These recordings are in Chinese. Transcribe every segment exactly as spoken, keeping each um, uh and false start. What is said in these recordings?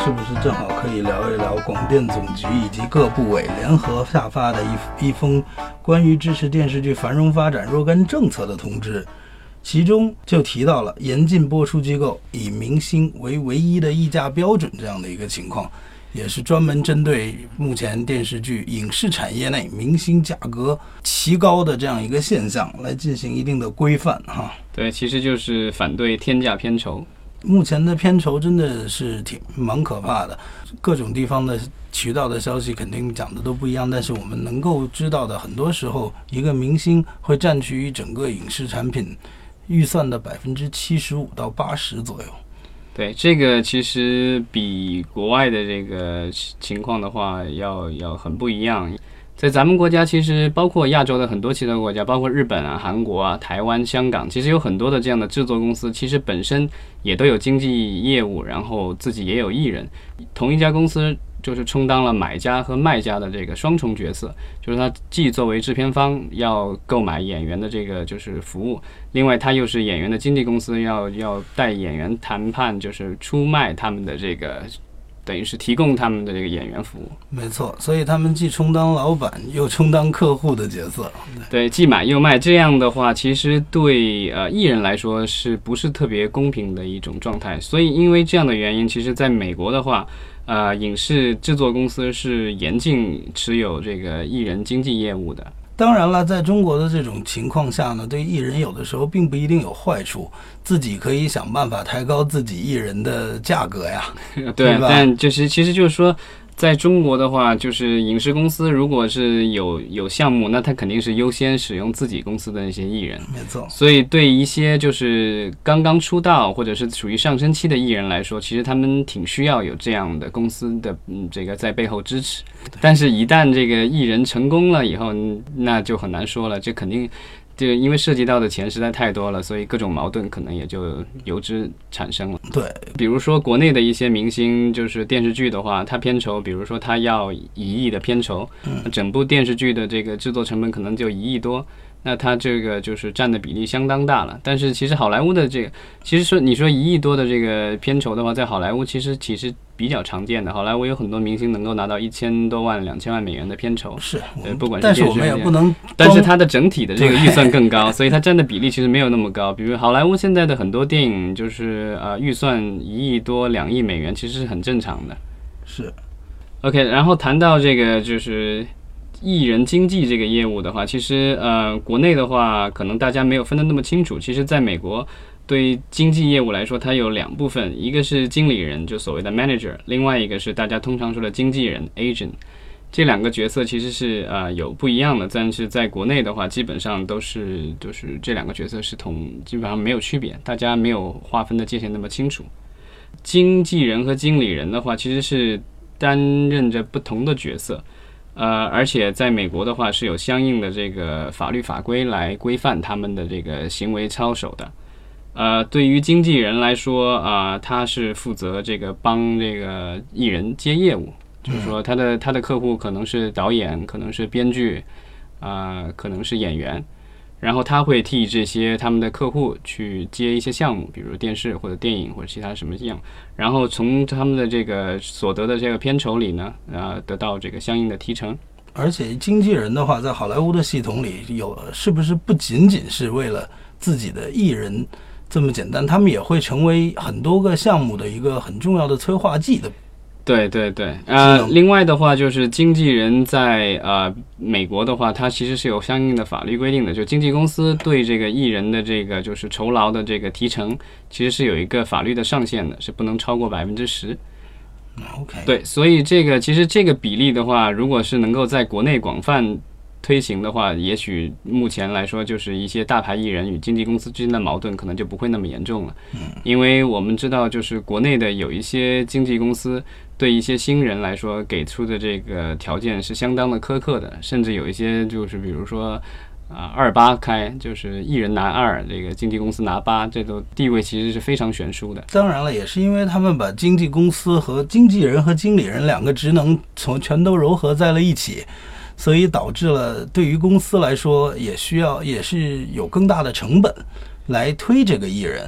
是不是正好可以聊一聊广电总局以及各部委联合下发的一一封关于支持电视剧繁荣发展若干政策的通知，其中就提到了严禁播出机构以明星为唯一的议价标准这样的一个情况，也是专门针对目前电视剧影视产业内明星价格奇高的这样一个现象来进行一定的规范哈。 对，其实就是反对天价片酬。 目前的片酬真的是挺蛮可怕的，各种地方的渠道的消息肯定讲的都不一样，但是我们能够知道的，很多时候一个明星会占据于整个影视产品预算的百分之七十五到八十左右。 对，这个其实比国外的这个情况的话要要很不一样。在咱们国家，其实包括亚洲的很多其他国家，包括日本啊、韩国啊、台湾、香港，其实有很多的这样的制作公司，其实本身也都有经纪业务，然后自己也有艺人，同一家公司就是充当了买家和卖家的这个双重角色，就是他既作为制片方要购买演员的这个就是服务，另外他又是演员的经纪公司，要要带演员谈判，就是出卖他们的这个。等于是提供他们的这个演员服务。 没错，所以他们既充当老板又充当客户的角色。 对, 对，既买又卖，这样的话其实对呃艺人来说是不是特别公平的一种状态。所以因为这样的原因，其实在美国的话呃影视制作公司是严禁持有这个艺人经纪业务的。 当然了，在中国的这种情况下呢，对艺人有的时候并不一定有坏处，自己可以想办法抬高自己艺人的价格呀。 对，但就是其实就是说，在中国的话，就是影视公司如果是有有项目，那他肯定是优先使用自己公司的那些艺人。 没错。所以对一些就是刚刚出道或者是属于上升期的艺人来说，其实他们挺需要有这样的公司的嗯这个在背后支持。但是，一旦这个艺人成功了以后，那就很难说了。这肯定。就因为涉及到的钱实在太多了，所以各种矛盾可能也就由之产生了。 对， 比如说国内的一些明星，就是电视剧的话，他片酬，比如说他要一亿的片酬，嗯、整部电视剧的这个制作成本可能就一亿多，那他这个就是占的比例相当大了。但是其实好莱坞的这个，其实说你说一亿多的这个片酬的话，在好莱坞其实其实比较常见的。好莱坞有很多明星能够拿到一千多万、两千万美元的片酬， 是， 对，不管是但是我们也不能， 但是它的整体的这个预算更高，所以它占的比例其实没有那么高。比如好莱坞现在的很多电影，就是呃预算一亿多、两亿美元，其实是很正常的。 是 ，OK， 然后谈到这个就是艺人经纪这个业务的话，其实呃国内的话，可能大家没有分得那么清楚。其实在美国，对于经纪业务来说，它有两部分，一个是经理人，就所谓的 manager， 另外一个是大家通常说的经纪人 agent。这两个角色其实是呃有不一样的，但是在国内的话，基本上都是就是这两个角色是同，基本上没有区别，大家没有划分的界限那么清楚。经纪人和经理人的话，其实是担任着不同的角色。呃，而且在美国的话是有相应的这个法律法规来规范他们的这个行为操守的。呃，对于经纪人来说啊、呃，他是负责这个帮这个艺人接业务，就是说他的他的客户可能是导演，可能是编剧，啊、呃，可能是演员，然后他会替这些他们的客户去接一些项目，比如电视或者电影或者其他什么样，然后从他们的这个所得的这个片酬里呢，呃，得到这个相应的提成。 而且经纪人的话，在好莱坞的系统里有，是不是不仅仅是为了自己的艺人这么简单，他们也会成为很多个项目的一个很重要的催化剂的。 对对对，呃，另外的话就是经纪人在呃美国的话，它其实是有相应的法律规定的，就经纪公司对这个艺人的这个就是酬劳的这个提成，其实是有一个法律的上限的，是不能超过百分之十。 OK， 对，所以这个其实这个比例的话，如果是能够在国内广泛推行的话，也许目前来说，就是一些大牌艺人与经纪公司之间的矛盾可能就不会那么严重了。嗯，因为我们知道，就是国内的有一些经纪公司对一些新人来说给出的这个条件是相当的苛刻的，甚至有一些就是比如说啊二八开，就是艺人拿二，这个经纪公司拿八，这种地位其实是非常悬殊的。 当然了，也是因为他们把经纪公司和经纪人和经理人两个职能从全都糅合在了一起。所以导致了对于公司来说也需要也是有更大的成本来推这个艺人。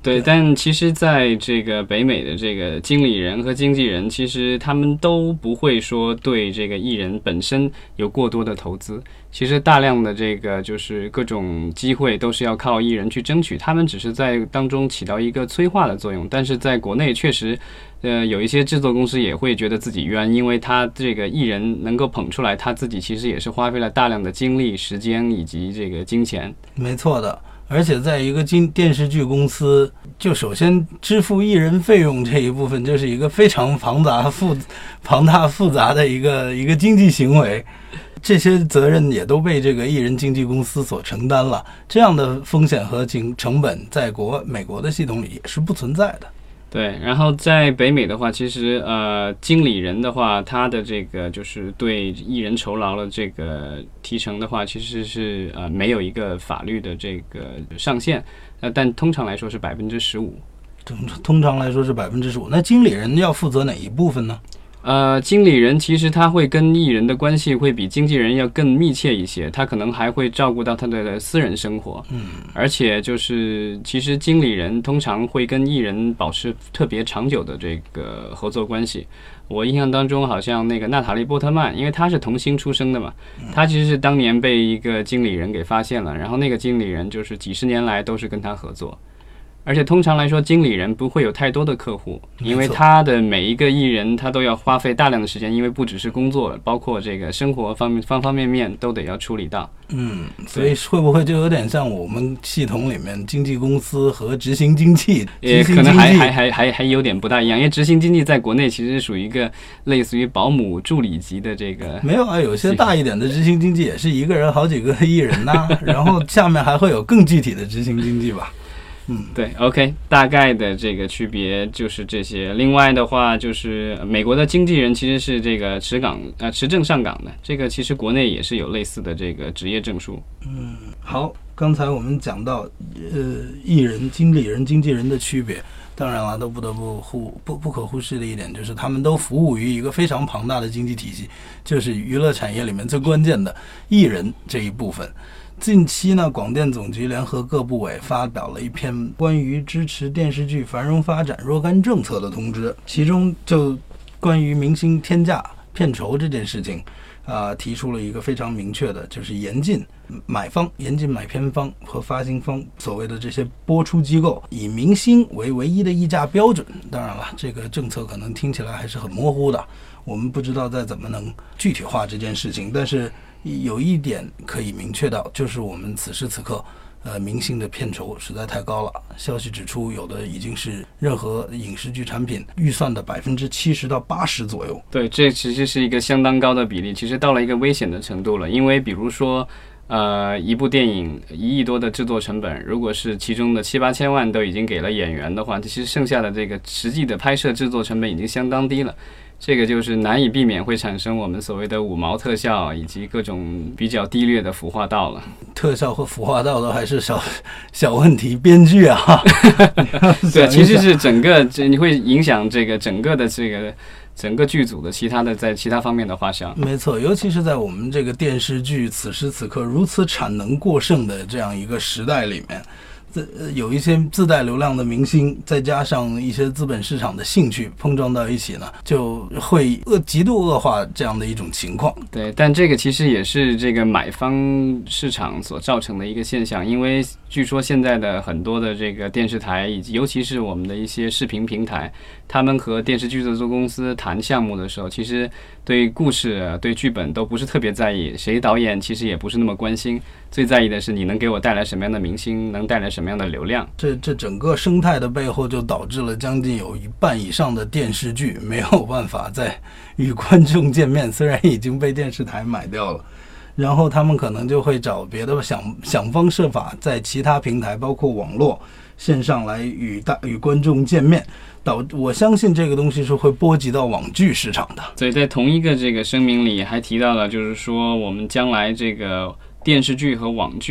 对，但其实在这个北美的这个经理人和经纪人，其实他们都不会说对这个艺人本身有过多的投资。其实大量的这个就是各种机会都是要靠艺人去争取，他们只是在当中起到一个催化的作用。但是在国内确实呃，有一些制作公司也会觉得自己冤，因为他这个艺人能够捧出来，他自己其实也是花费了大量的精力、时间以及这个金钱。 没错的。而且在一个经电视剧公司，就首先支付艺人费用这一部分，就是一个非常庞杂、复庞大复杂的一个一个经济行为，这些责任也都被这个艺人经纪公司所承担了。这样的风险和成本，在国美国的系统里也是不存在的。 对，然后在北美的话，其实呃，经理人的话，他的这个就是对艺人酬劳的这个提成的话，其实是呃没有一个法律的这个上限，呃，但通常来说是百分之十五。 通常来说是百分之十五。那经理人要负责哪一部分呢？ 呃，经理人其实他会跟艺人的关系会比经纪人要更密切一些，他可能还会照顾到他的私人生活，嗯，而且就是其实经理人通常会跟艺人保持特别长久的这个合作关系。我印象当中好像那个娜塔莉波特曼，因为她是童星出生的嘛，她其实是当年被一个经理人给发现了，然后那个经理人就是几十年来都是跟他合作。而且通常来说，经理人不会有太多的客户，因为他的每一个艺人他都要花费大量的时间，因为不只是工作，包括这个生活方面方方面面都得要处理到。 嗯，所以会不会就有点像我们系统里面经纪公司和执行经纪？ 也可能还还还还还有点不大一样，因为执行经纪在国内其实是属于一个类似于保姆助理级的这个。 没有啊，有些大一点的执行经纪也是一个人好几个艺人呐、啊，然后下面还会有更具体的执行经纪吧。 嗯，对 ，OK， 大概的这个区别就是这些。另外的话，就是美国的经纪人其实是这个持岗呃持证上岗的，这个其实国内也是有类似的这个职业证书。 嗯，好，刚才我们讲到呃艺人、经理人、经纪人的区别，当然了，都不得不忽不不可忽视的一点就是他们都服务于一个非常庞大的经济体系，就是娱乐产业里面最关键的艺人这一部分。近期呢，广电总局联合各部委发表了一篇关于支持电视剧繁荣发展若干政策的通知，其中就关于明星天价片酬这件事情啊、呃，提出了一个非常明确的，就是严禁买方、严禁买片方和发行方所谓的这些播出机构以明星为唯一的议价标准。当然了，这个政策可能听起来还是很模糊的，我们不知道再怎么能具体化这件事情，但是有一点可以明确到，就是我们此时此刻呃，明星的片酬实在太高了。消息指出，有的已经是任何影视剧产品预算的百分之七十到八十左右。 对，这其实是一个相当高的比例，其实到了一个危险的程度了。因为比如说，呃，一部电影一亿多的制作成本，如果是其中的七八千万都已经给了演员的话，其实剩下的这个实际的拍摄制作成本已经相当低了。这个就是难以避免会产生我们所谓的五毛特效以及各种比较低劣的服化道了。 特效和服化道都还是小小问题，编剧啊， 对，其实是整个这你会影响这个整个的这个整个剧组的其他的在其他方面的花销。 没错，尤其是在我们这个电视剧此时此刻如此产能过剩的这样一个时代里面。有一些自带流量的明星，再加上一些资本市场的兴趣碰撞到一起呢，就会恶极度恶化这样的一种情况。 对，但这个其实也是这个买方市场所造成的一个现象，因为据说现在的很多的这个电视台，以及尤其是我们的一些视频平台，他们和电视剧制作公司谈项目的时候，其实对故事、对剧本都不是特别在意，谁导演其实也不是那么关心，最在意的是你能给我带来什么样的明星，能带来什么样的流量。 这这整个生态的背后，就导致了将近有一半以上的电视剧没有办法再与观众见面，虽然已经被电视台买掉了。然后他们可能就会找别的想想方设法，在其他平台，包括网络、线上来与大与观众见面。导我相信这个东西是会波及到网剧市场的。 所以在同一个这个声明里还提到了，就是说我们将来这个电视剧和网剧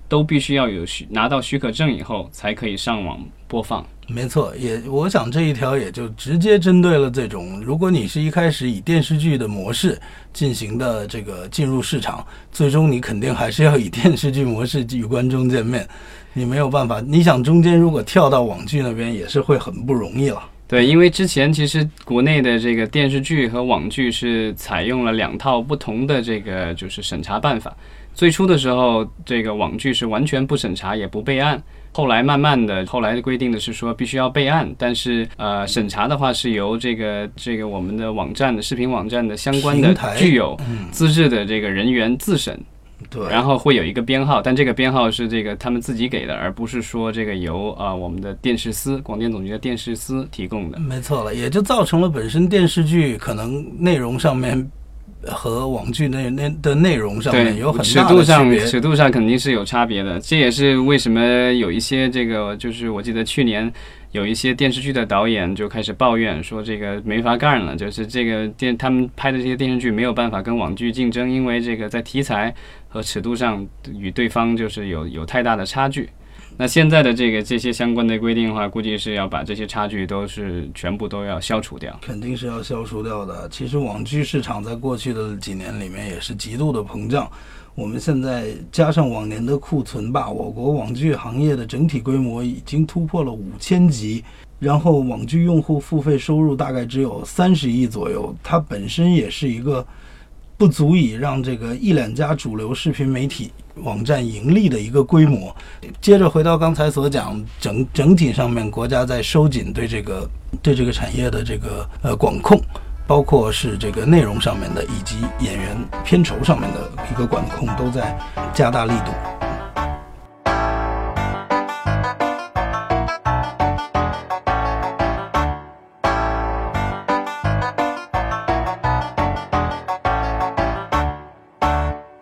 都必须要有许拿到许可证以后才可以上网播放。 没错，也我想这一条也就直接针对了这种，如果你是一开始以电视剧的模式进行的这个进入市场，最终你肯定还是要以电视剧模式与观众见面，你没有办法，你想中间如果跳到网剧那边也是会很不容易了。 对，因为之前其实国内的这个电视剧和网剧是采用了两套不同的这个就是审查办法。最初的时候，这个网剧是完全不审查也不备案，后来慢慢的，后来规定的是说必须要备案，但是呃审查的话是由这个这个我们的网站的视频网站的相关的具有资质的这个人员自审。 对， 然后会有一个编号，但这个编号是这个他们自己给的，而不是说这个由啊、呃、我们的电视司广电总局的电视司提供的。 没错了，也就造成了本身电视剧可能内容上面和网剧那那的内容上面有很大的区别， 尺度上尺度上肯定是有差别的。这也是为什么有一些这个，就是我记得去年有一些电视剧的导演就开始抱怨说这个没法干了，就是这个电他们拍的这些电视剧没有办法跟网剧竞争，因为这个在题材和尺度上与对方就是有有太大的差距。那现在的这个这些相关的规定的话，估计是要把这些差距都是全部都要消除掉， 肯定是要消除掉的。其实网剧市场在过去的几年里面也是极度的膨胀，我们现在加上往年的库存吧，我国网剧行业的整体规模已经突破了五千集，然后网剧用户付费收入大概只有三十亿左右，它本身也是一个不足以让这个一两家主流视频媒体网站盈利的一个规模。接着回到刚才所讲，整整体上面国家在收紧对这个对这个产业的这个呃管控，包括是这个内容上面的以及演员片酬上面的一个管控都在加大力度。